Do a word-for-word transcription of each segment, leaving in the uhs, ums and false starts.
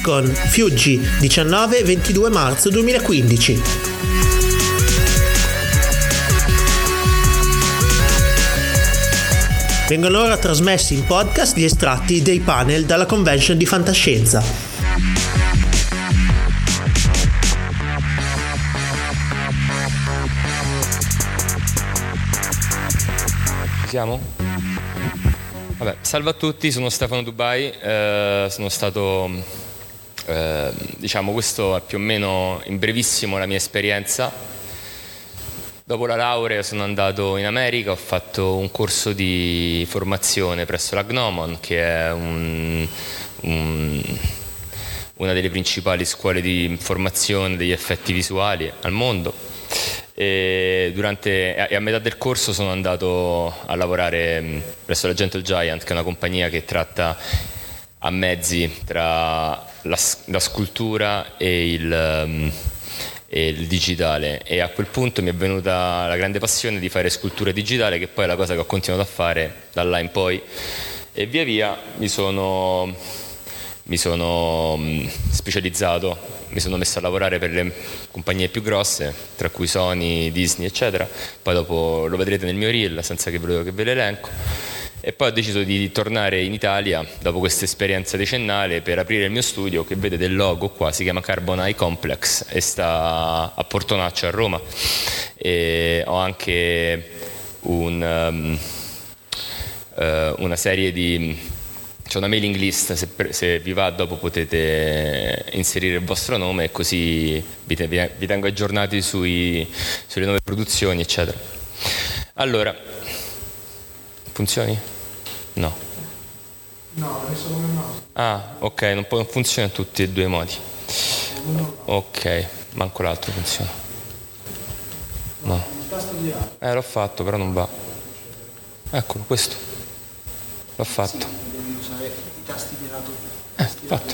con Fiuggi, diciannove ventidue marzo duemilaquindici. Vengono ora trasmessi in podcast gli estratti dei panel dalla convention di fantascienza. Ci siamo? Vabbè, salve a tutti, sono Stefano Dubai, eh, sono stato, eh, diciamo, questo è più o meno in brevissimo la mia esperienza. Dopo la laurea sono andato in America, ho fatto un corso di formazione presso la Gnomon, che è un, un, una delle principali scuole di formazione degli effetti visuali al mondo. E, durante, e a metà del corso sono andato a lavorare presso la Gentle Giant, che è una compagnia che tratta a mezzi tra la, la scultura e il, e il digitale, e a quel punto mi è venuta la grande passione di fare scultura digitale, che poi è la cosa che ho continuato a fare da là in poi, e via via mi sono, mi sono specializzato. Mi sono messo a lavorare per le compagnie più grosse, tra cui Sony, Disney, eccetera. Poi dopo lo vedrete nel mio reel, senza che ve lo, che ve l'elenco. E poi ho deciso di tornare in Italia, dopo questa esperienza decennale, per aprire il mio studio, che vedete il logo qua, si chiama Carbon Eye Complex e sta a Portonaccio, a Roma. E ho anche un, um, uh, una serie di... C'è una mailing list, se, se vi va dopo potete inserire il vostro nome e così vi, te, vi tengo aggiornati sui, sulle nuove produzioni, eccetera. Allora, funzioni? No. No, adesso come mouse. Ah, ok, non, può, non funziona in tutti e due i modi. Ok, manco l'altro funziona. No. Eh, l'ho fatto, però non va. Eccolo, questo. L'ho fatto. Usare i tasti di lato. Eh, fatto.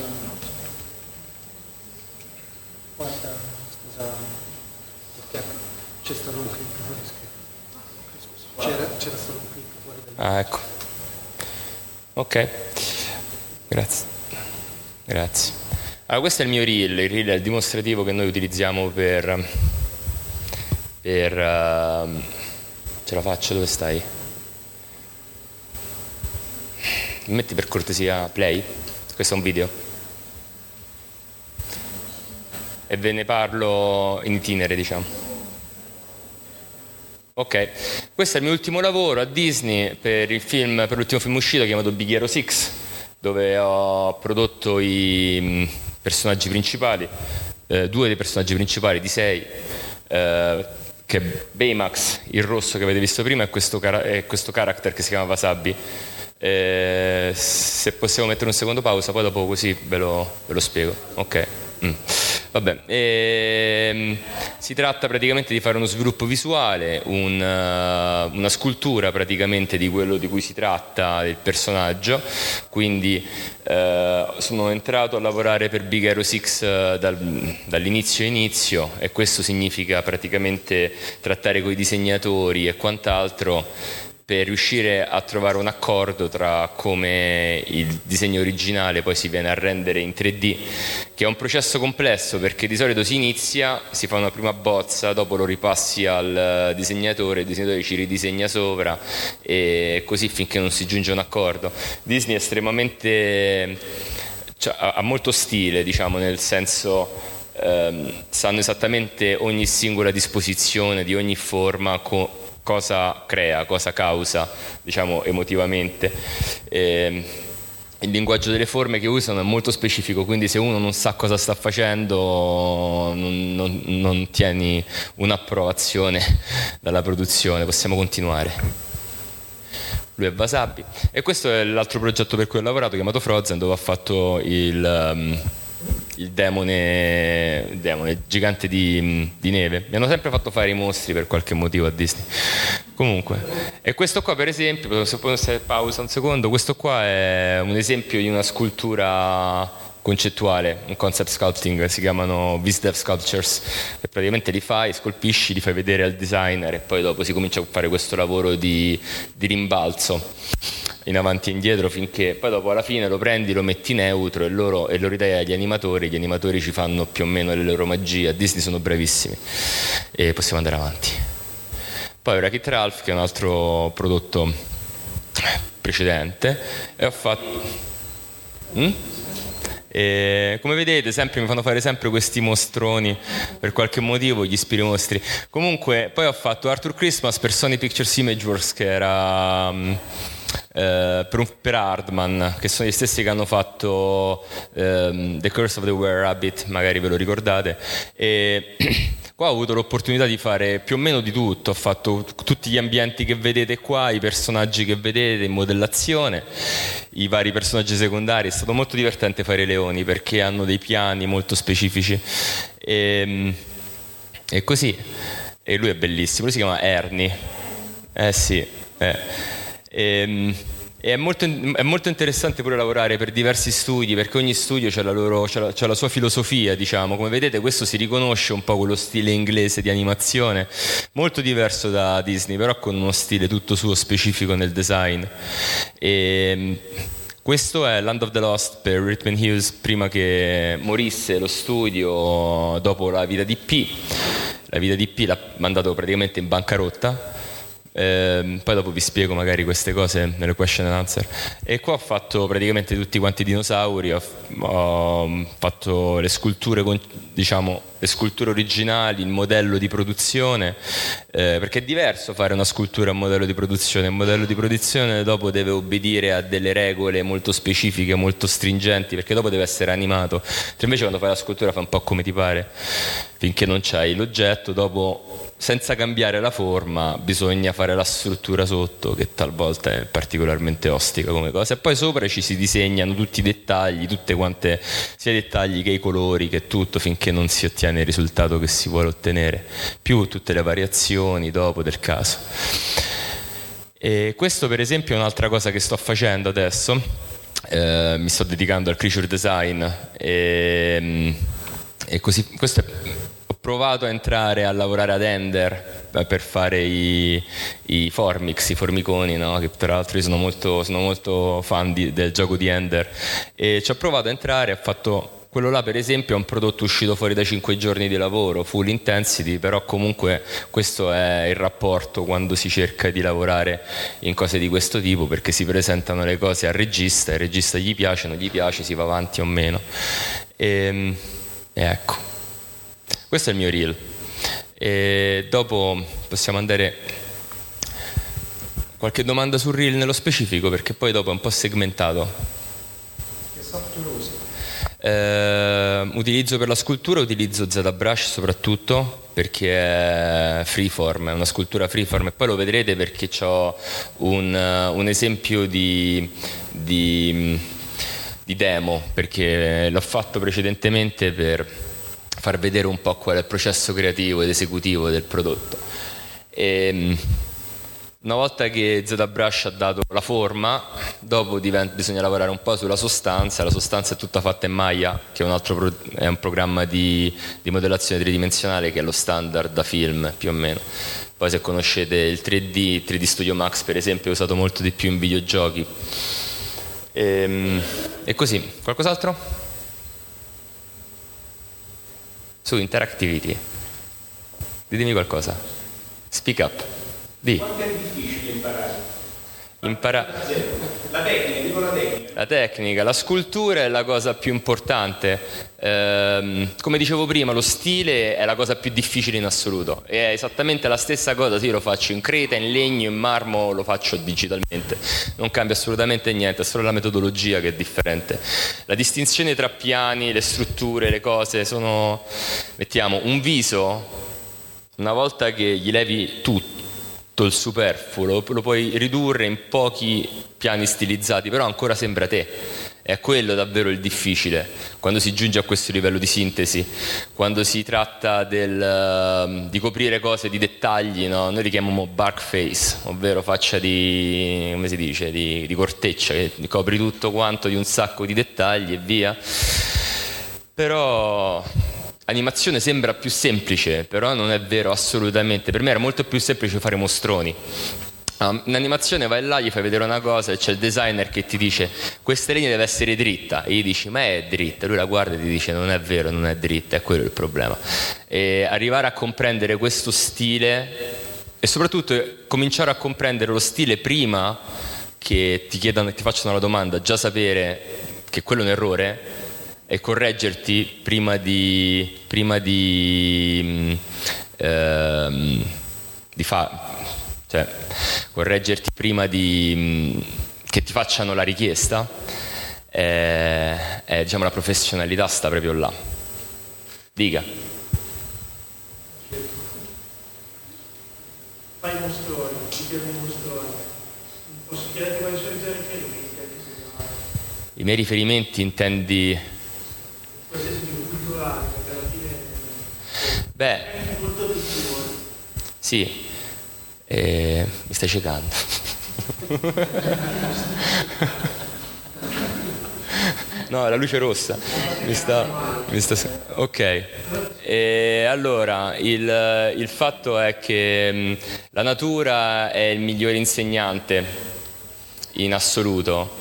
Guarda, scusa, perché c'è stato un click fuori scritto. C'era, c'era stato un click fuori del... Ah, ecco. Ok. Grazie. Grazie. Allora, questo è il mio reel. Il reel è il dimostrativo che noi utilizziamo per... per... Uh, ce la faccio? Dove stai? Metti per cortesia play, questo è un video e ve ne parlo in itinere, diciamo. Ok, questo è il mio ultimo lavoro a Disney per il film, per l'ultimo film uscito chiamato Big Hero sei, dove ho prodotto i personaggi principali, eh, due dei personaggi principali di sei, eh, che è Baymax, il rosso che avete visto prima, e questo, cara- e questo character che si chiama Wasabi. Eh, se possiamo mettere un secondo pausa, poi dopo così ve lo, ve lo spiego. Ok. Mm. Vabbè. Eh, si tratta praticamente di fare uno sviluppo visuale, un, uh, una scultura praticamente di quello di cui si tratta, del personaggio. Quindi eh, sono entrato a lavorare per Big Hero sei uh, dal, dall'inizio inizio, e questo significa praticamente trattare con i disegnatori e quant'altro, per riuscire a trovare un accordo tra come il disegno originale poi si viene a rendere in tre D, che è un processo complesso, perché di solito si inizia, si fa una prima bozza, dopo lo ripassi al disegnatore, il disegnatore ci ridisegna sopra, e così finché non si giunge a un accordo. Disney è estremamente, cioè, ha molto stile, diciamo, nel senso ehm, sanno esattamente ogni singola disposizione di ogni forma, co- cosa crea, cosa causa, diciamo, emotivamente. Eh, il linguaggio delle forme che usano è molto specifico, quindi se uno non sa cosa sta facendo non, non, non tieni un'approvazione dalla produzione. Possiamo continuare. Lui è Wasabi, e questo è l'altro progetto per cui ho lavorato, chiamato Frozen, dove ho fatto il... Um, il demone, il demone gigante di, di neve. Mi hanno sempre fatto fare i mostri per qualche motivo a Disney. Comunque, e questo qua per esempio, se può pausa un secondo, questo qua è un esempio di una scultura concettuale, un concept sculpting, si chiamano VisDev Sculptures, e praticamente li fai, scolpisci, li fai vedere al designer, e poi dopo si comincia a fare questo lavoro di, di rimbalzo. in avanti e indietro finché poi dopo alla fine lo prendi, lo metti neutro e, loro, e lo ridai agli animatori, gli animatori ci fanno più o meno le loro magie, a Disney sono bravissimi e possiamo andare avanti. Poi Wreck-It Ralph, che è un altro prodotto precedente, e ho fatto... Mm? E come vedete sempre mi fanno fare sempre questi mostroni per qualche motivo, gli spiri mostri. Comunque poi ho fatto Arthur Christmas per Sony Pictures Imageworks, che era um, eh, per, un, per Hardman, che sono gli stessi che hanno fatto um, The Curse of the Were Rabbit, magari ve lo ricordate. E qua ho avuto l'opportunità di fare più o meno di tutto, ho fatto tutti gli ambienti che vedete qua, i personaggi che vedete in modellazione, i vari personaggi secondari. È stato molto divertente fare i leoni perché hanno dei piani molto specifici e, e così, e lui è bellissimo, lui si chiama Ernie, eh sì, eh. E, E è molto, è molto interessante pure lavorare per diversi studi, perché ogni studio c'ha la, loro, c'ha la, c'ha la sua filosofia, diciamo. Come vedete questo si riconosce un po' quello stile inglese di animazione, molto diverso da Disney, però con uno stile tutto suo specifico nel design. E questo è Land of the Lost per Rhythm and Hughes prima che morisse lo studio dopo la vita di P. La vita di P l'ha mandato praticamente in bancarotta. Eh, poi dopo vi spiego magari queste cose nelle question and answer. E qua ho fatto praticamente tutti quanti i dinosauri, ho, ho fatto le sculture, diciamo le sculture originali, il modello di produzione, eh, perché è diverso fare una scultura a modello di produzione. Il modello di produzione dopo deve obbedire a delle regole molto specifiche, molto stringenti, perché dopo deve essere animato. Invece quando fai la scultura fai un po' come ti pare, finché non c'hai l'oggetto. Dopo, senza cambiare la forma, bisogna fare la struttura sotto, che talvolta è particolarmente ostica come cosa, e poi sopra ci si disegnano tutti i dettagli, tutte quante, sia i dettagli che i colori, che tutto, finché non si ottiene il risultato che si vuole ottenere, più tutte le variazioni dopo del caso. E questo per esempio è un'altra cosa che sto facendo adesso, eh, mi sto dedicando al creature design e, e così, questo è... Ho provato a entrare a lavorare ad Ender per fare i, i Formix, i formiconi, no? Che tra l'altro io sono molto, sono molto fan di, del gioco di Ender, e ci ho provato a entrare. Ho fatto quello là, per esempio, è un prodotto uscito fuori da cinque giorni di lavoro, full intensity, però comunque questo è il rapporto quando si cerca di lavorare in cose di questo tipo, perché si presentano le cose al regista, il regista gli piace, non gli piace, si va avanti o meno. E, e ecco. Questo è il mio reel, e dopo possiamo andare qualche domanda sul reel nello specifico, perché poi dopo è un po' segmentato. Che software usi? Eh, utilizzo per la scultura, utilizzo ZBrush soprattutto, perché è freeform, è una scultura freeform, e poi lo vedrete perché ho un, un esempio di, di, di demo, perché l'ho fatto precedentemente per far vedere un po' qual è il processo creativo ed esecutivo del prodotto. E una volta che ZBrush ha dato la forma, dopo diventa, bisogna lavorare un po' sulla sostanza. La sostanza è tutta fatta in Maya, che è un altro pro, è un programma di, di modellazione tridimensionale che è lo standard da film più o meno. Poi se conoscete il tre D, tre D Studio Max per esempio, è usato molto di più in videogiochi. E, e così, qualcos'altro? Su interactivity, ditemi qualcosa. Speak up. Di. Quanto è difficile imparare? Impara... La tecnica, dico la tecnica. La tecnica, la scultura è la cosa più importante. Ehm, come dicevo prima, lo stile è la cosa più difficile in assoluto. È esattamente la stessa cosa se io lo faccio in creta, in legno, in marmo, lo faccio digitalmente. Non cambia assolutamente niente, è solo la metodologia che è differente. La distinzione tra piani, le strutture, le cose sono... Mettiamo un viso, una volta che gli levi tutto, il superfluo, lo, lo puoi ridurre in pochi piani stilizzati, però ancora sembra te. È quello davvero il difficile, quando si giunge a questo livello di sintesi, quando si tratta del, uh, di coprire cose di dettagli, no? Noi li chiamiamo bark face, ovvero faccia di, come si dice, di, di corteccia, che copri tutto quanto di un sacco di dettagli e via. Però... Animazione sembra più semplice, però non è vero assolutamente. Per me era molto più semplice fare mostroni. in animazione vai là, gli fai vedere una cosa e c'è il designer che ti dice questa linea deve essere dritta e gli dici ma è dritta, lui la guarda e ti dice non è vero, non è dritta, è quello il problema. E arrivare a comprendere questo stile e soprattutto cominciare a comprendere lo stile prima che ti chiedano, ti facciano la domanda, già sapere che quello è un errore e correggerti prima di prima di ehm, di fare, cioè correggerti prima di che ti facciano la richiesta, è, è, diciamo la professionalità sta proprio là. Dica. Fai uno story, ti chiami uno story. Posso chiederti quali sono i tuoi riferimenti? I miei riferimenti intendi? Qualsiasi tipo culturale, perché alla fine Beh, è molto del tuo. sì, eh, mi stai ciecando. No, la luce rossa. Mi sta, mi sta, ok. E allora, il, il fatto è che mh, la natura è il migliore insegnante in assoluto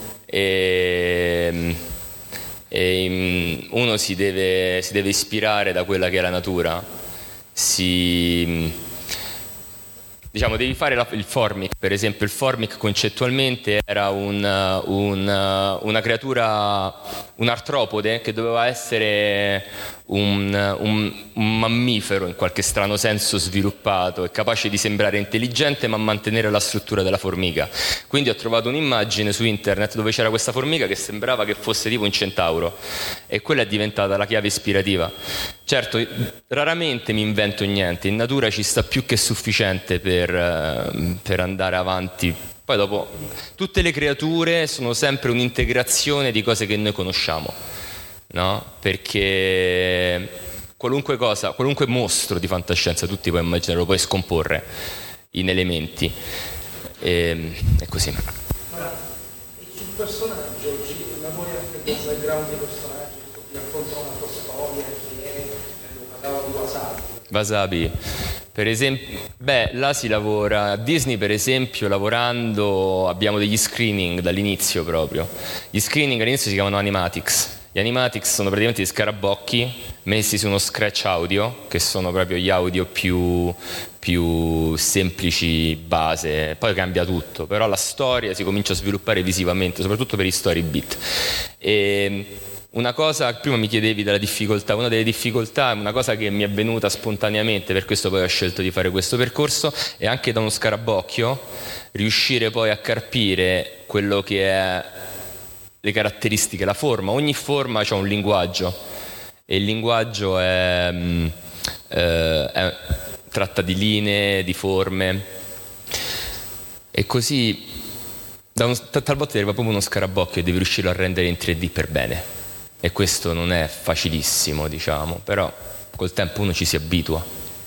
e, mh, e mh, uno si deve, si deve ispirare da quella che è la natura. Si... Mh, Diciamo, devi fare la, il formic, per esempio. Il formic concettualmente era un, un, una creatura, un artropode che doveva essere un, un, un mammifero in qualche strano senso sviluppato e capace di sembrare intelligente ma mantenere la struttura della formica. Quindi ho trovato un'immagine su internet dove c'era questa formica che sembrava che fosse tipo un centauro e quella è diventata la chiave ispirativa. Certo, raramente mi invento niente, in natura ci sta più che sufficiente per, per andare avanti. Poi dopo, tutte le creature sono sempre un'integrazione di cose che noi conosciamo, no? Perché qualunque cosa, qualunque mostro di fantascienza, tu ti puoi immaginare, lo puoi scomporre in elementi. E, è così. Ora, sul personaggio, lavori anche con il background dei personaggi, ti raccontano una tua storia, chi è, parlavo di Wasabi. Wasabi, per esempio, beh, là si lavora, a Disney per esempio, lavorando abbiamo degli screening dall'inizio proprio. Gli screening all'inizio si chiamano animatics. Gli animatics sono praticamente gli scarabocchi messi su uno scratch audio, che sono proprio gli audio più, più semplici, base, poi cambia tutto, però la storia si comincia a sviluppare visivamente, soprattutto per i story beat. E una cosa, prima mi chiedevi della difficoltà, una delle difficoltà è una cosa che mi è venuta spontaneamente, per questo poi ho scelto di fare questo percorso, e anche da uno scarabocchio riuscire poi a carpire quello che è le caratteristiche, la forma. Ogni forma ha un linguaggio e il linguaggio è, eh, è, tratta di linee, di forme e così da un, talvolta arriva proprio uno scarabocchio e devi riuscirlo a rendere in tre D per bene e questo non è facilissimo, diciamo, però col tempo uno ci si abitua.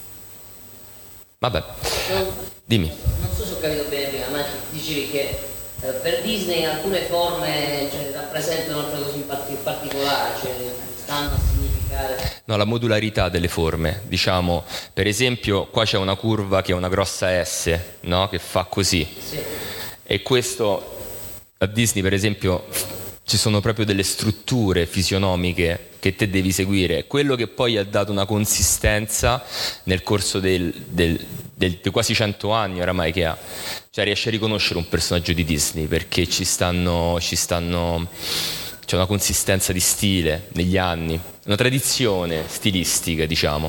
Vabbè, dimmi. Non so se ho capito bene prima, ma dicevi che eh, per Disney alcune forme, cioè, rappresentano altre cose in particolare, cioè stanno a significare. No, la modularità delle forme, diciamo, per esempio qua c'è una curva che è una grossa S, no? Che fa così. Sì. E questo a Disney per esempio ci sono proprio delle strutture fisionomiche che te devi seguire, quello che poi ha dato una consistenza nel corso del, del, del, dei quasi cento anni oramai che ha, cioè riesci a riconoscere un personaggio di Disney perché ci stanno, ci stanno c'è una consistenza di stile negli anni, una tradizione stilistica, diciamo.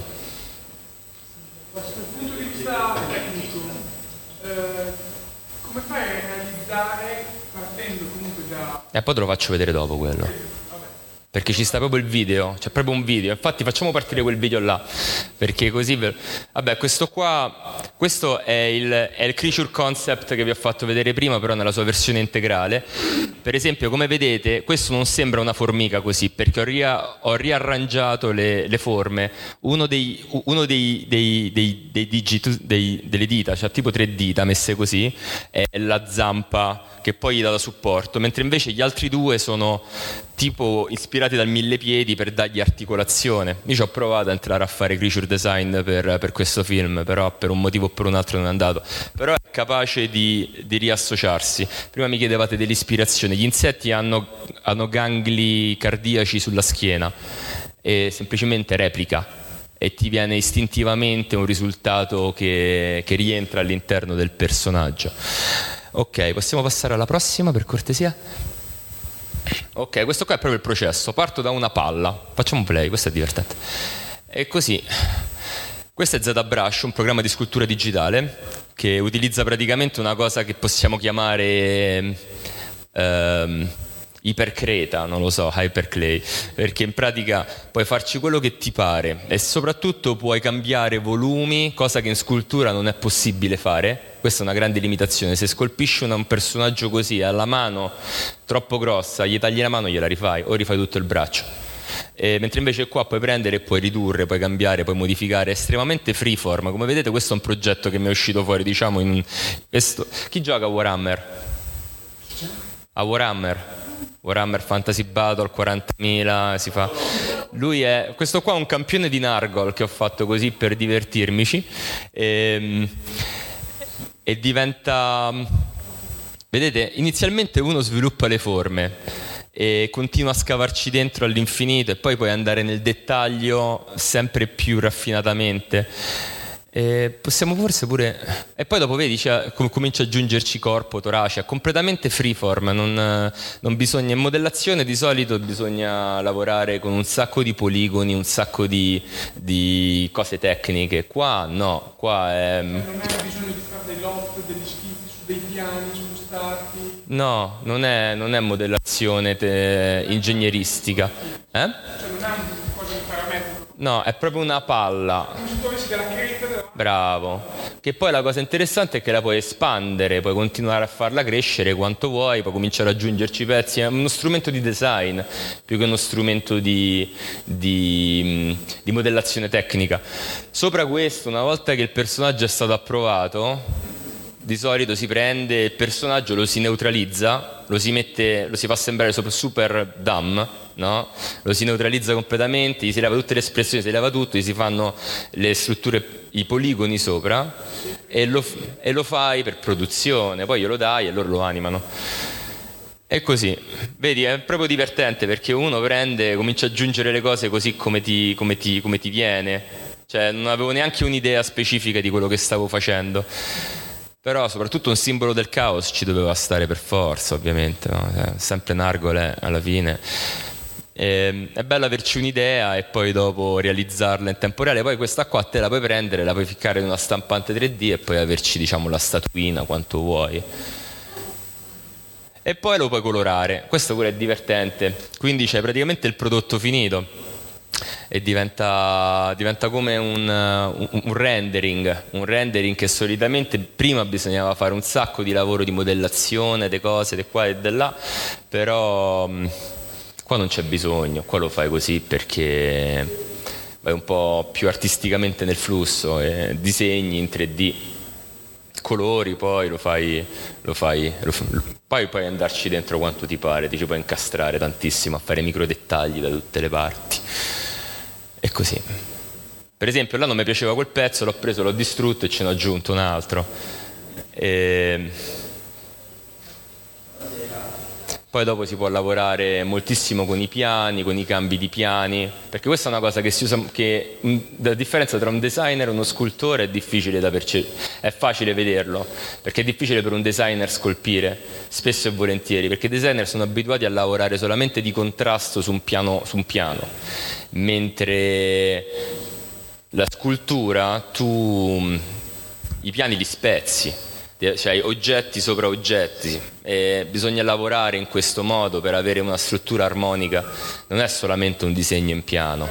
Ma sul punto di vista tecnico, eh, come fai a realizzare partendo comunque da... E poi te lo faccio vedere dopo quello. Perché ci sta proprio il video, c'è proprio un video. Infatti facciamo partire quel video là, perché così... Vabbè, questo qua, questo è il, è il creature concept che vi ho fatto vedere prima, però nella sua versione integrale. Per esempio, come vedete, questo non sembra una formica così, perché ho, ria, ho riarrangiato le, le forme. Uno dei, uno dei, dei, dei, dei digiti, dei, delle dita, cioè tipo tre dita messe così, è la zampa che poi gli dà da supporto, mentre invece gli altri due sono tipo ispirati dal mille piedi per dargli articolazione. Io ci ho provato a entrare a fare creature design per, per questo film, però per un motivo o per un altro non è andato. Però è capace di, di riassociarsi. Prima mi chiedevate dell'ispirazione. Gli insetti hanno, hanno gangli cardiaci sulla schiena e semplicemente replica e ti viene istintivamente un risultato che, che rientra all'interno del personaggio. Ok, possiamo passare alla prossima per cortesia? Ok, questo qua è proprio il processo. Parto da una palla, facciamo un play, questo è divertente. E così, questo è ZBrush, un programma di scrittura digitale che utilizza praticamente una cosa che possiamo chiamare ehm, ipercreta, non lo so, hyperclay, perché in pratica puoi farci quello che ti pare e soprattutto puoi cambiare volumi, cosa che in scultura non è possibile fare. Questa è una grande limitazione. Se scolpisci un personaggio così alla mano troppo grossa, gli tagli la mano, gliela rifai o rifai tutto il braccio. E mentre invece qua puoi prendere e puoi ridurre, puoi cambiare, puoi modificare, è estremamente freeform. Come vedete questo è un progetto che mi è uscito fuori, diciamo, in questo... Chi gioca a Warhammer? A Warhammer? Warhammer Fantasy Battle quarantamila si fa. Lui è questo qua è un campione di Nargol che ho fatto così per divertirmici e, e diventa, vedete, inizialmente uno sviluppa le forme e continua a scavarci dentro all'infinito e poi puoi andare nel dettaglio sempre più raffinatamente. E possiamo forse pure... E poi dopo vedi, cioè, com- comincia a aggiungerci corpo, torace, è completamente freeform, non, non bisogna... In modellazione di solito bisogna lavorare con un sacco di poligoni, un sacco di, di cose tecniche. Qua no, qua è... Non hai bisogno di fare dei loft, degli schizzi su dei piani, su stati? No, non è, non è modellazione te- ingegneristica. Eh? Cioè non è un cosa di parametro? No, è proprio una palla. Come se tu avessi della creta della... Bravo. Che poi la cosa interessante è che la puoi espandere, puoi continuare a farla crescere quanto vuoi, puoi cominciare ad aggiungerci pezzi. È uno strumento di design più che uno strumento di, di, di modellazione tecnica. Sopra questo, una volta che il personaggio è stato approvato, di solito si prende il personaggio, lo si neutralizza, lo si mette, lo si fa sembrare super dumb, no? Lo si neutralizza completamente, gli si leva tutte le espressioni, si leva tutto, gli si fanno le strutture, i poligoni sopra e lo, e lo fai per produzione, poi glielo dai e loro lo animano. E così, vedi, è proprio divertente perché uno prende, comincia ad aggiungere le cose così come ti, come ti, come ti viene, cioè non avevo neanche un'idea specifica di quello che stavo facendo. Però soprattutto un simbolo del caos ci doveva stare per forza, ovviamente, no? Sempre Nargol è, alla fine. E, è bello averci un'idea e poi dopo realizzarla in tempo reale. Poi questa qua te la puoi prendere, la puoi ficcare in una stampante tre D e poi averci, diciamo, la statuina quanto vuoi. E poi lo puoi colorare. Questo pure è divertente. Quindi c'è praticamente il prodotto finito. E diventa, diventa come un, un, un rendering un rendering che solitamente prima bisognava fare un sacco di lavoro di modellazione, de cose, de qua e de là, però mh, qua non c'è bisogno, qua lo fai così perché vai un po' più artisticamente nel flusso, e disegni in tre D, colori, poi lo fai, lo fai lo, poi puoi andarci dentro quanto ti pare, ti ci puoi incastrare tantissimo a fare micro dettagli da tutte le parti. E così. Per esempio, là non mi piaceva quel pezzo, l'ho preso, l'ho distrutto e ce ne ho aggiunto un altro. E... Poi dopo si può lavorare moltissimo con i piani, con i cambi di piani, perché questa è una cosa che si usa, che la differenza tra un designer e uno scultore è difficile da percepire, è facile vederlo, perché è difficile per un designer scolpire, spesso e volentieri, perché i designer sono abituati a lavorare solamente di contrasto su un piano, su un piano, mentre la scultura tu i piani li spezzi. Cioè oggetti sopra oggetti, e bisogna lavorare in questo modo per avere una struttura armonica, non è solamente un disegno in piano.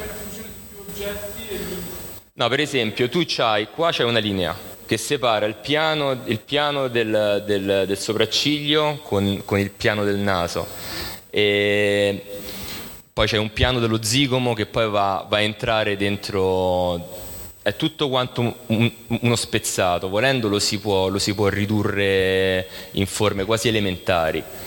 No, per esempio tu c'hai, qua c'è una linea che separa il piano, il piano del, del, del sopracciglio con, con il piano del naso, e poi c'è un piano dello zigomo che poi va, va a entrare dentro. È tutto quanto un, uno spezzato, volendo lo si può, lo si può ridurre in forme quasi elementari.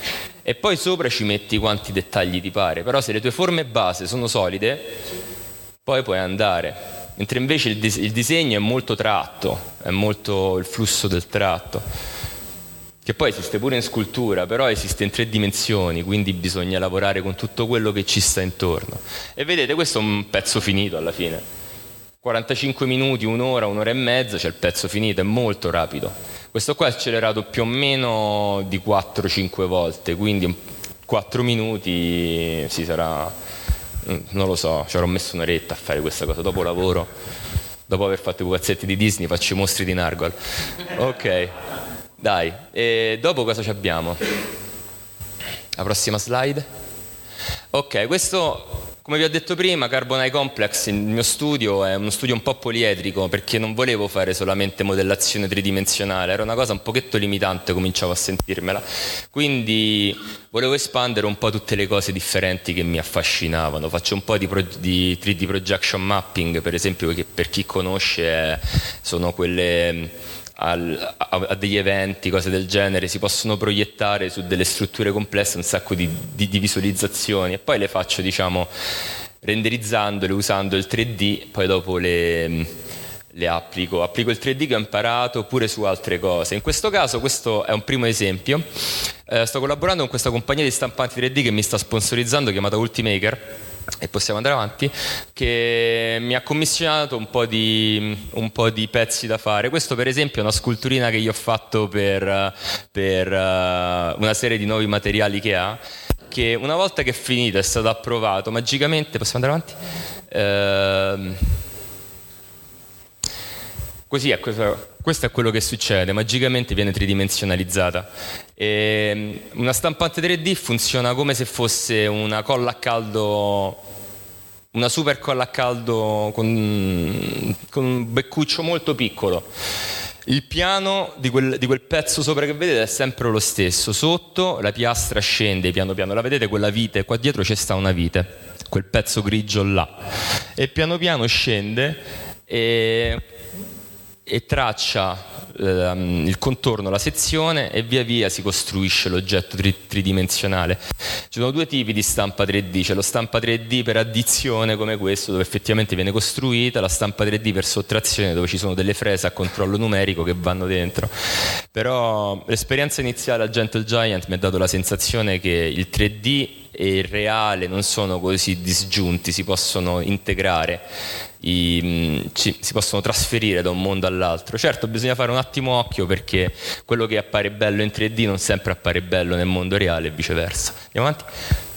e poi sopra ci metti quanti dettagli ti pare, però se le tue forme base sono solide, poi puoi andare. Mentre invece il, dis- il disegno è molto tratto, è molto il flusso del tratto, che poi esiste pure in scultura, però esiste in tre dimensioni, quindi bisogna lavorare con tutto quello che ci sta intorno. E vedete, questo è un pezzo finito alla fine. quarantacinque minuti, un'ora, un'ora e mezza, c'è il pezzo finito, è molto rapido. Questo qua è accelerato più o meno di quattro cinque volte, quindi quattro minuti, sì, sarà, non lo so, ci avrò messo un'oretta a fare questa cosa. Dopo lavoro, dopo aver fatto i pupazzetti di Disney, faccio i mostri di Narwhal. Ok, dai, e dopo cosa ci abbiamo? La prossima slide. Ok, questo... Come vi ho detto prima, Carbon Eye Complex, il mio studio, è uno studio un po' poliedrico, perché non volevo fare solamente modellazione tridimensionale, era una cosa un pochetto limitante, cominciavo a sentirmela. Quindi volevo espandere un po' tutte le cose differenti che mi affascinavano. Faccio un po' di, pro- di tre D projection mapping, per esempio, che per chi conosce è, sono quelle... Al, a, a degli eventi, cose del genere, si possono proiettare su delle strutture complesse un sacco di, di, di visualizzazioni e poi le faccio, diciamo, renderizzandole usando il tre D, poi dopo le, le applico. Applico il tre D che ho imparato pure su altre cose. In questo caso questo è un primo esempio. Eh, sto collaborando con questa compagnia di stampanti tre D che mi sta sponsorizzando, chiamata Ultimaker, e possiamo andare avanti, che mi ha commissionato un po' di, un po' di pezzi da fare. Questo per esempio è una sculturina che io ho fatto per, per uh, una serie di nuovi materiali che ha, che una volta che è finito, è stato approvato, magicamente, possiamo andare avanti? Uh, così è, questo, questo è quello che succede, magicamente viene tridimensionalizzata. E una stampante tre D funziona come se fosse una colla a caldo, una super colla a caldo con, con un beccuccio molto piccolo. Il piano di quel, di quel pezzo sopra che vedete è sempre lo stesso. Sotto la piastra scende piano piano, la vedete quella vite? Qua dietro c'è sta una vite, quel pezzo grigio là, e piano piano scende e, e traccia ehm, il contorno, la sezione, e via via si costruisce l'oggetto tri- tridimensionale. Ci sono due tipi di stampa tre D, c'è lo stampa tre D per addizione come questo, dove effettivamente viene costruita, la stampa tre D per sottrazione, dove ci sono delle frese a controllo numerico che vanno dentro. Però l'esperienza iniziale a Gentle Giant mi ha dato la sensazione che il tre D e il reale non sono così disgiunti, si possono integrare, i, ci, si possono trasferire da un mondo all'altro. Certo, bisogna fare un attimo occhio, perché quello che appare bello in tre D non sempre appare bello nel mondo reale e viceversa. Andiamo avanti.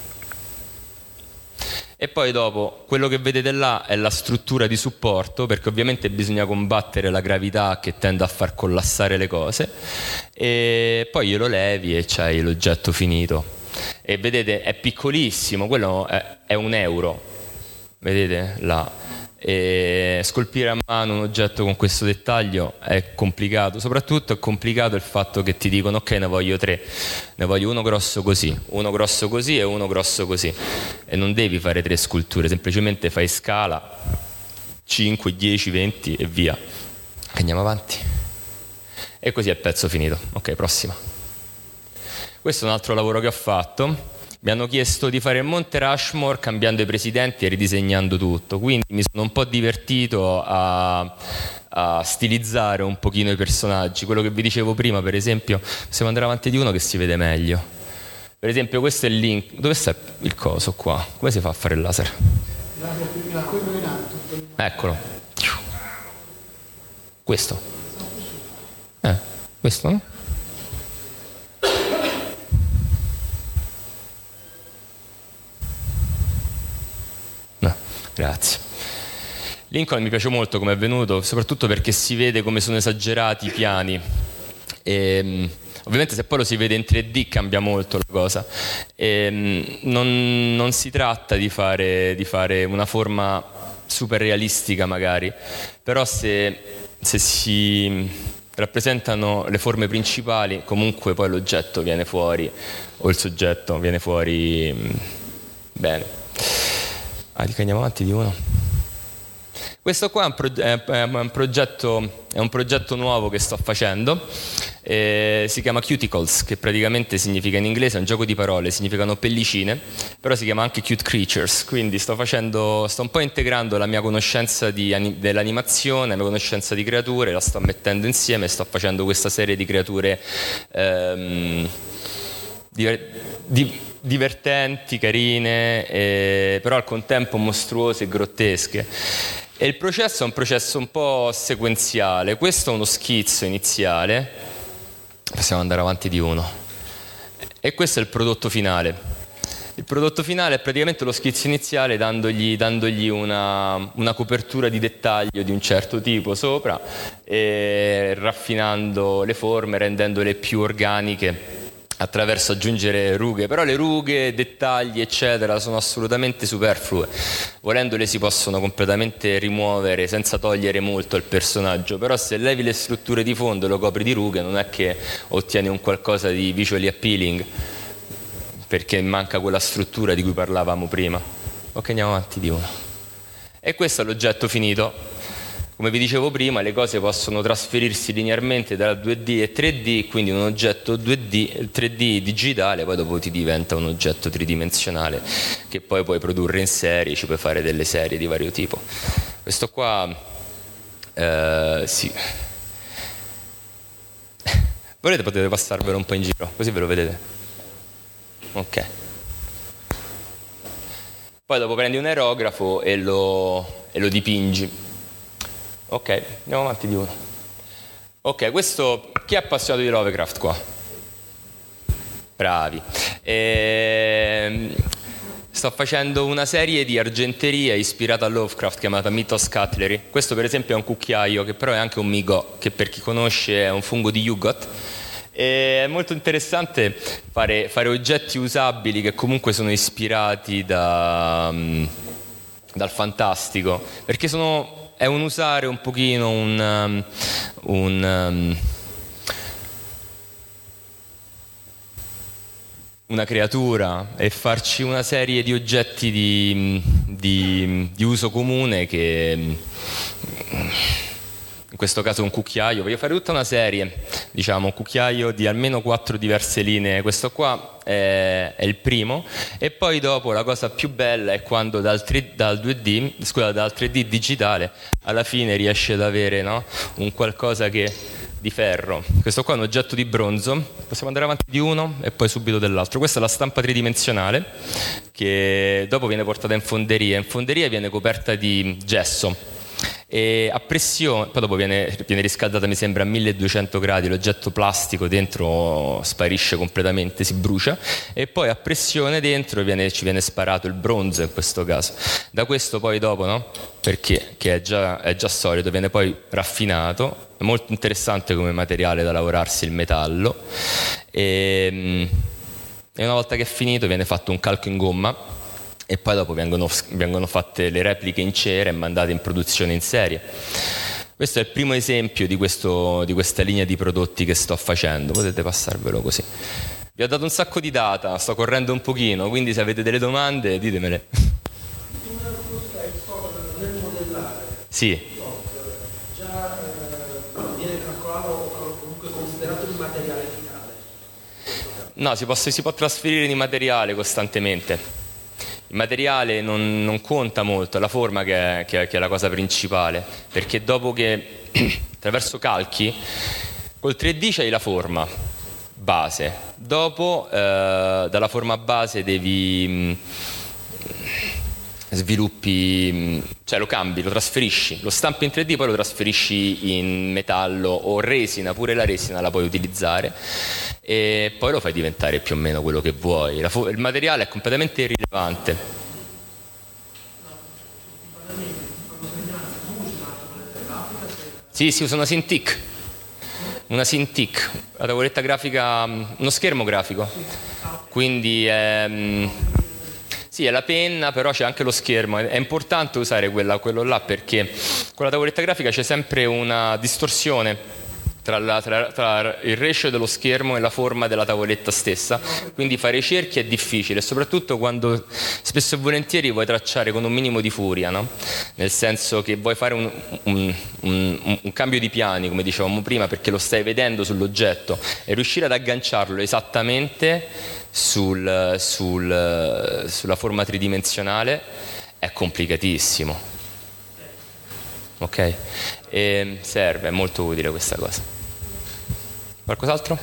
E poi dopo, quello che vedete là è la struttura di supporto, perché ovviamente bisogna combattere la gravità che tende a far collassare le cose, e poi glielo levi e c'hai l'oggetto finito. E vedete, è piccolissimo, quello è, è un euro, vedete là. E scolpire a mano un oggetto con questo dettaglio è complicato, soprattutto è complicato il fatto che ti dicono ok, ne voglio tre, ne voglio uno grosso così, uno grosso così e uno grosso così, e non devi fare tre sculture, semplicemente fai scala cinque, dieci, venti e via. Andiamo avanti e così è il pezzo finito. Ok, prossima. Questo è un altro lavoro che ho fatto. Mi hanno chiesto di fare il Monte Rushmore cambiando i presidenti e ridisegnando tutto, quindi mi sono un po' divertito a, a stilizzare un pochino i personaggi. Quello che vi dicevo prima, per esempio, possiamo andare avanti di uno che si vede meglio. Per esempio questo è il link. Dove sta il coso qua? Come si fa a fare il laser? Quello in alto. Eccolo. Questo. Eh, questo, no? Grazie. Lincoln mi piace molto come è venuto, soprattutto perché si vede come sono esagerati i piani. E, ovviamente se poi lo si vede in tre D cambia molto la cosa. E, non, non si tratta di fare, di fare una forma super realistica magari, però se, se si rappresentano le forme principali, comunque poi l'oggetto viene fuori, o il soggetto viene fuori bene. Ah, andiamo avanti di uno. Questo qua è un, pro- è un, progetto, è un progetto nuovo che sto facendo, eh, si chiama Cuticles, che praticamente significa in inglese, è un gioco di parole, significano pellicine, però si chiama anche Cute Creatures, quindi sto facendo, sto un po' integrando la mia conoscenza di, dell'animazione, la mia conoscenza di creature, la sto mettendo insieme e sto facendo questa serie di creature ehm, diver- di, divertenti, carine, eh, però al contempo mostruose e grottesche. E il processo è un processo un po' sequenziale. Questo è uno schizzo iniziale, possiamo andare avanti di uno, e questo è il prodotto finale. Il prodotto finale è praticamente lo schizzo iniziale dandogli, dandogli una, una copertura di dettaglio di un certo tipo sopra e raffinando le forme, rendendole più organiche attraverso aggiungere rughe, però le rughe, dettagli eccetera sono assolutamente superflue, volendole si possono completamente rimuovere senza togliere molto al personaggio, però se levi le strutture di fondo e lo copri di rughe non è che ottieni un qualcosa di visually appealing, perché manca quella struttura di cui parlavamo prima. Ok, andiamo avanti di uno. E questo è l'oggetto finito. Come vi dicevo prima, le cose possono trasferirsi linearmente da due D e tre D, quindi un oggetto due D, tre D digitale, poi dopo ti diventa un oggetto tridimensionale che poi puoi produrre in serie, ci puoi fare delle serie di vario tipo. Questo qua, eh, sì. Volete potete passarvelo un po' in giro, così ve lo vedete. Ok. Poi dopo prendi un aerografo e lo, e lo dipingi. Ok, andiamo avanti di uno. Ok, questo, chi è appassionato di Lovecraft qua? Bravi. Ehm, sto facendo una serie di argenteria ispirata a Lovecraft chiamata Mythos Cutlery. Questo per esempio è un cucchiaio che però è anche un migo, che per chi conosce è un fungo di Yugot. E è molto interessante fare, fare oggetti usabili che comunque sono ispirati da, um, dal fantastico, perché sono... è un usare un pochino un, um, un um, una creatura e farci una serie di oggetti di, di, di uso comune che in questo caso un cucchiaio. Voglio fare tutta una serie, diciamo un cucchiaio di almeno quattro diverse linee. Questo qua è, è il primo, e poi dopo la cosa più bella è quando dal, tre, dal due D, scusa, dal tre D digitale alla fine riesce ad avere, no, un qualcosa che di ferro. Questo qua è un oggetto di bronzo, possiamo andare avanti di uno e poi subito dell'altro. Questa è la stampa tridimensionale che dopo viene portata in fonderia. In fonderia viene coperta di gesso e a pressione, poi dopo viene, viene riscaldata mi sembra a milleduecento gradi, l'oggetto plastico dentro sparisce completamente, si brucia, e poi a pressione dentro viene, ci viene sparato il bronzo in questo caso. Da questo poi dopo, no? Perché che è già, è già solido, viene poi raffinato. È molto interessante come materiale da lavorarsi il metallo, e, e una volta che è finito viene fatto un calco in gomma e poi dopo vengono, vengono fatte le repliche in cera e mandate in produzione in serie. Questo è il primo esempio di, questo, di questa linea di prodotti che sto facendo, potete passarvelo così. Vi ho dato un sacco di data, sto correndo un pochino, quindi se avete delle domande ditemele. Nel modellare, Sì. già eh, viene calcolato o comunque considerato il materiale finale? No, si può, si può trasferire di materiale costantemente. Il materiale non, non conta molto, è la forma che è, che, è, che è la cosa principale, perché dopo che attraverso calchi, col tre D c'hai la forma base, dopo eh, dalla forma base devi mh, sviluppi, cioè lo cambi, lo trasferisci, lo stampi in tre D, poi lo trasferisci in metallo o resina, pure la resina la puoi utilizzare, e poi lo fai diventare più o meno quello che vuoi. La fo- il materiale è completamente irrilevante. Sì, si usa una Cintiq, una Cintiq, la tavoletta grafica, uno schermo grafico, quindi ehm, sì, è la penna, però c'è anche lo schermo. È importante usare quella, quello là, perché con la tavoletta grafica c'è sempre una distorsione tra, la, tra, tra il ratio dello schermo e la forma della tavoletta stessa, quindi fare i cerchi è difficile, soprattutto quando spesso e volentieri vuoi tracciare con un minimo di furia, no? Nel senso che vuoi fare un, un, un, un cambio di piani, come dicevamo prima, perché lo stai vedendo sull'oggetto, e riuscire ad agganciarlo esattamente sul, sul, sulla forma tridimensionale è complicatissimo. Ok? E serve, è molto utile questa cosa. Qualcos'altro?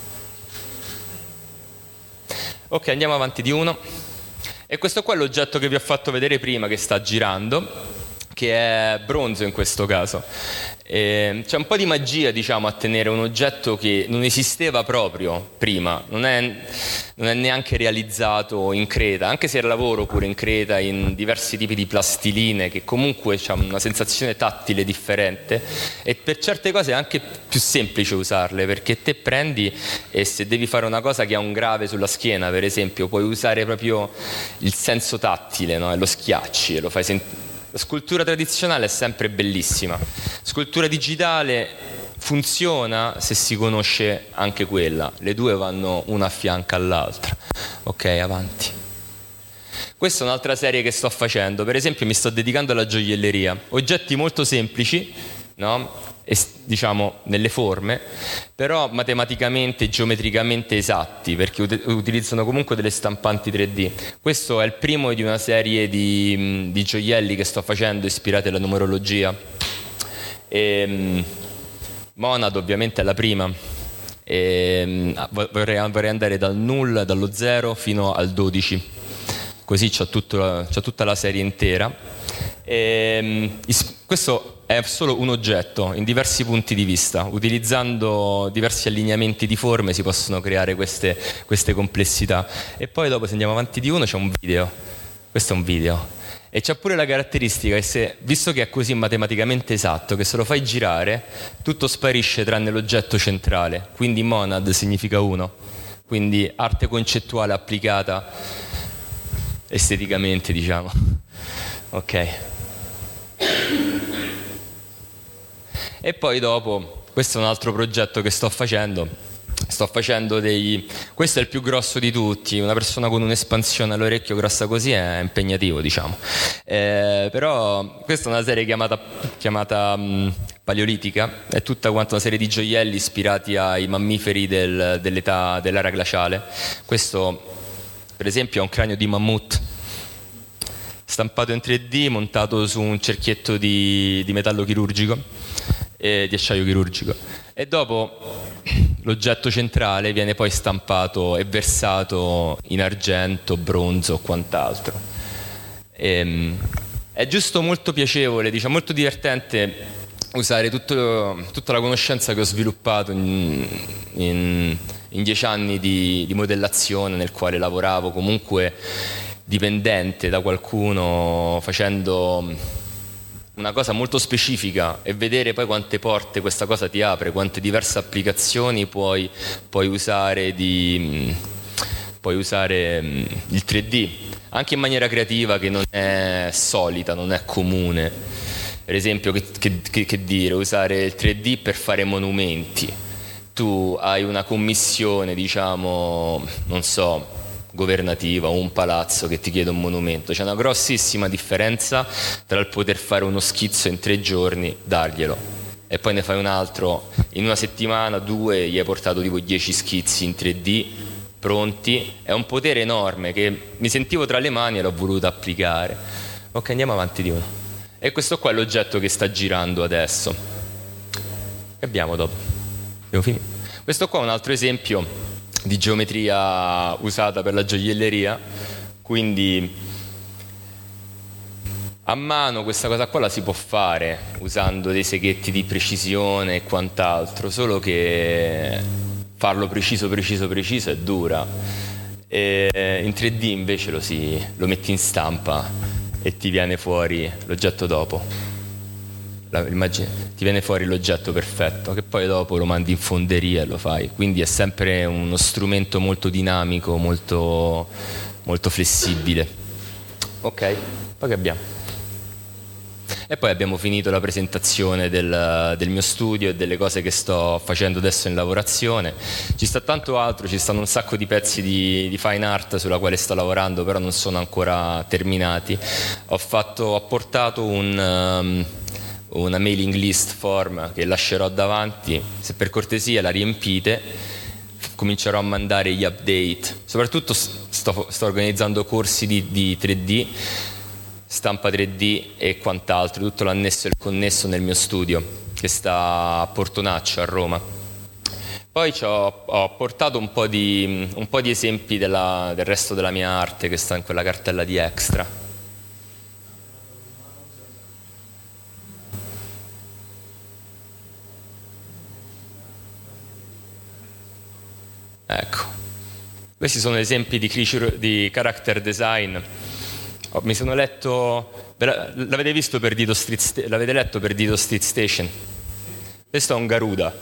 Ok, andiamo avanti di uno. E questo qua è l'oggetto che vi ho fatto vedere prima, che sta girando, che è bronzo in questo caso. E c'è un po' di magia, diciamo, a tenere un oggetto che non esisteva proprio prima, non è, non è neanche realizzato in Creta, anche se lavoro pure in Creta in diversi tipi di plastiline che comunque hanno una sensazione tattile differente, e per certe cose è anche più semplice usarle, perché te prendi e se devi fare una cosa che ha un grave sulla schiena, per esempio, puoi usare proprio il senso tattile, no? E lo schiacci e lo fai sentire. La scultura tradizionale è sempre bellissima, scultura digitale funziona se si conosce anche quella, le due vanno una a fianco all'altra. Ok, avanti. Questa è un'altra serie che sto facendo, per esempio mi sto dedicando alla gioielleria, oggetti molto semplici, no? E, diciamo nelle forme, però matematicamente, geometricamente esatti, perché ut- utilizzano comunque delle stampanti tre D. Questo è il primo di una serie di, di gioielli che sto facendo ispirati alla numerologia. E, Monad ovviamente è la prima. E, vorrei, vorrei andare dal null, dallo zero fino al dodici, così c'ho, tutto, c'ho tutta la serie intera. E, questo è solo un oggetto in diversi punti di vista, utilizzando diversi allineamenti di forme si possono creare queste, queste complessità. E poi dopo, se andiamo avanti di uno, c'è un video. Questo è un video e c'ha pure la caratteristica che se, visto che è così matematicamente esatto, che se lo fai girare tutto sparisce tranne l'oggetto centrale, quindi monad significa uno, quindi arte concettuale applicata esteticamente, diciamo. Ok. E poi dopo, questo è un altro progetto che sto facendo, sto facendo dei... questo è il più grosso di tutti, una persona con un'espansione all'orecchio grossa così è impegnativo, diciamo. Eh, però questa è una serie chiamata, chiamata mh, paleolitica, è tutta quanta una serie di gioielli ispirati ai mammiferi del, dell'età dell'era glaciale. Questo, per esempio, è un cranio di mammut, stampato in tre D, montato su un cerchietto di, di metallo chirurgico, eh, di acciaio chirurgico, e dopo l'oggetto centrale viene poi stampato e versato in argento, bronzo o quant'altro. E, è giusto molto piacevole, diciamo, molto divertente usare tutto, tutta la conoscenza che ho sviluppato in, in, in dieci anni di, di modellazione, nel quale lavoravo comunque dipendente da qualcuno facendo una cosa molto specifica, e vedere poi quante porte questa cosa ti apre, quante diverse applicazioni puoi, puoi usare di, puoi usare il tre D anche in maniera creativa, che non è solita, non è comune. Per esempio, che, che, che dire, usare il tre D per fare monumenti. Tu hai una commissione, diciamo, non so, governativa o un palazzo che ti chiede un monumento, c'è una grossissima differenza tra il poter fare uno schizzo in tre giorni, darglielo, e poi ne fai un altro in una settimana, due, gli hai portato tipo dieci schizzi in tre D pronti. È un potere enorme che mi sentivo tra le mani e l'ho voluto applicare. Ok, andiamo avanti di uno. E questo qua è l'oggetto che sta girando adesso. Che abbiamo dopo? Abbiamo finito. Questo qua è un altro esempio di geometria usata per la gioielleria, quindi a mano questa cosa qua la si può fare usando dei seghetti di precisione e quant'altro, solo che farlo preciso preciso preciso è dura, e in tre D invece lo, si, lo metti in stampa e ti viene fuori l'oggetto dopo. Immagini, ti viene fuori l'oggetto perfetto, che poi dopo lo mandi in fonderia e lo fai, quindi è sempre uno strumento molto dinamico, molto, molto flessibile. Ok, poi che abbiamo? E poi abbiamo finito la presentazione del, del mio studio e delle cose che sto facendo adesso in lavorazione. Ci sta tanto altro, ci stanno un sacco di pezzi di, di fine art sulla quale sto lavorando, però non sono ancora terminati. Ho, fatto, ho portato un, um, una mailing list form che lascerò davanti, se per cortesia la riempite comincerò a mandare gli update. Soprattutto sto, sto organizzando corsi di, di tre D, stampa tre D e quant'altro, tutto l'annesso e il connesso nel mio studio che sta a Portonaccio a Roma. Poi ho, ho portato un po' di, un po' di esempi della, del resto della mia arte che sta in quella cartella di extra. Ecco, questi sono esempi di, creature, di character design. Mi sono letto, l'avete visto per Dido Street, l'avete letto per Dido Street Station? Questo è un Garuda.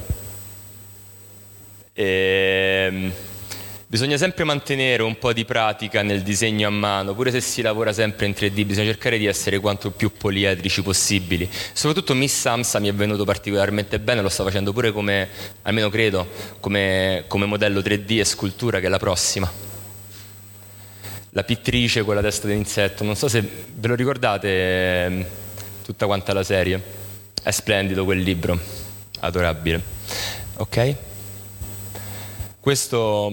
E bisogna sempre mantenere un po' di pratica nel disegno a mano, pure se si lavora sempre in tre D, bisogna cercare di essere quanto più poliedrici possibili. Soprattutto Miss Samsa mi è venuto particolarmente bene, lo sto facendo pure come, almeno credo, come, come modello tre D e scultura, che è la prossima. La pittrice con la testa d'insetto, non so se ve lo ricordate tutta quanta la serie. È splendido quel libro, adorabile. Ok? Questo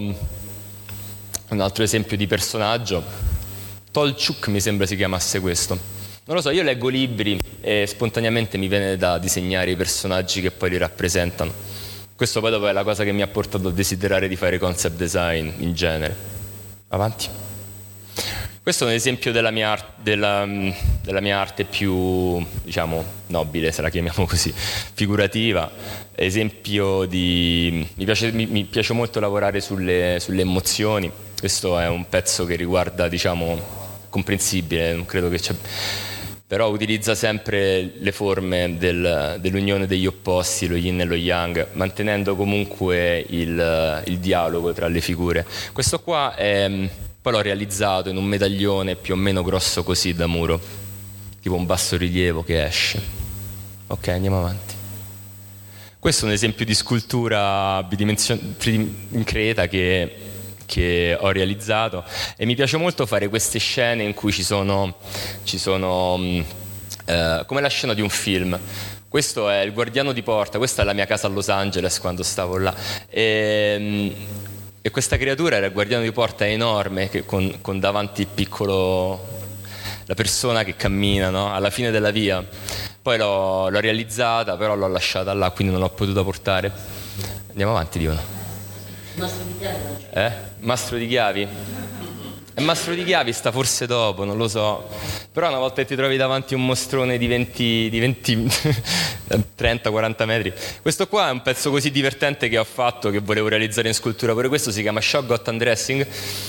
è un altro esempio di personaggio. Tolchuk mi sembra si chiamasse questo. Non lo so, io leggo libri e spontaneamente mi viene da disegnare i personaggi che poi li rappresentano. Questo poi dopo è la cosa che mi ha portato a desiderare di fare concept design in genere. Avanti. Questo è un esempio della mia, art- della, della mia arte più, diciamo, nobile, se la chiamiamo così, figurativa. Esempio di... Mi piace, mi, mi piace molto lavorare sulle, sulle emozioni. Questo è un pezzo che riguarda, diciamo, comprensibile, non credo che c'è... Però utilizza sempre le forme del, dell'unione degli opposti, lo yin e lo yang, mantenendo comunque il, il dialogo tra le figure. Questo qua è... Poi l'ho realizzato in un medaglione più o meno grosso così da muro, tipo un bassorilievo che esce. Ok, andiamo avanti. Questo è un esempio di scultura bidimension- in creta che, che ho realizzato e mi piace molto fare queste scene in cui ci sono, ci sono eh, come la scena di un film. Questo è il guardiano di porta, questa è la mia casa a Los Angeles quando stavo là. E, E questa creatura era il guardiano di porta enorme, che con, con davanti il piccolo, la persona che cammina, no? Alla fine della via. Poi l'ho, l'ho realizzata, però l'ho lasciata là, quindi non l'ho potuta portare. Andiamo avanti, Diono. Mastro di chiavi? Eh? Mastro di chiavi? E Mastro di chiavi sta forse dopo, non lo so. Però una volta che ti trovi davanti un mostrone di venti, di venti trenta quaranta metri. Questo qua è un pezzo così divertente che ho fatto, che volevo realizzare in scultura. Pure questo si chiama Shock Got Undressing.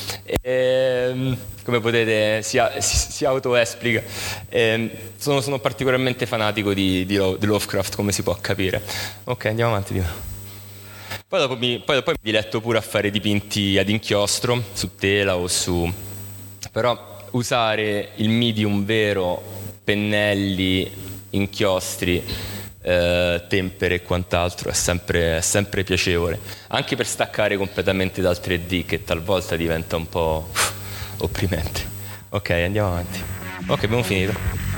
E, come potete, si, si, si autoesplica. E, sono, sono particolarmente fanatico di, di, di Lovecraft, come si può capire. Ok, andiamo avanti di nuovo. Poi dopo mi, poi, poi mi diletto pure a fare dipinti ad inchiostro, su tela o su... Però usare il medium vero, pennelli, inchiostri, eh, tempere e quant'altro è sempre, è sempre piacevole. Anche per staccare completamente dal tre D, che talvolta diventa un po' opprimente. Ok, andiamo avanti. Ok, abbiamo finito.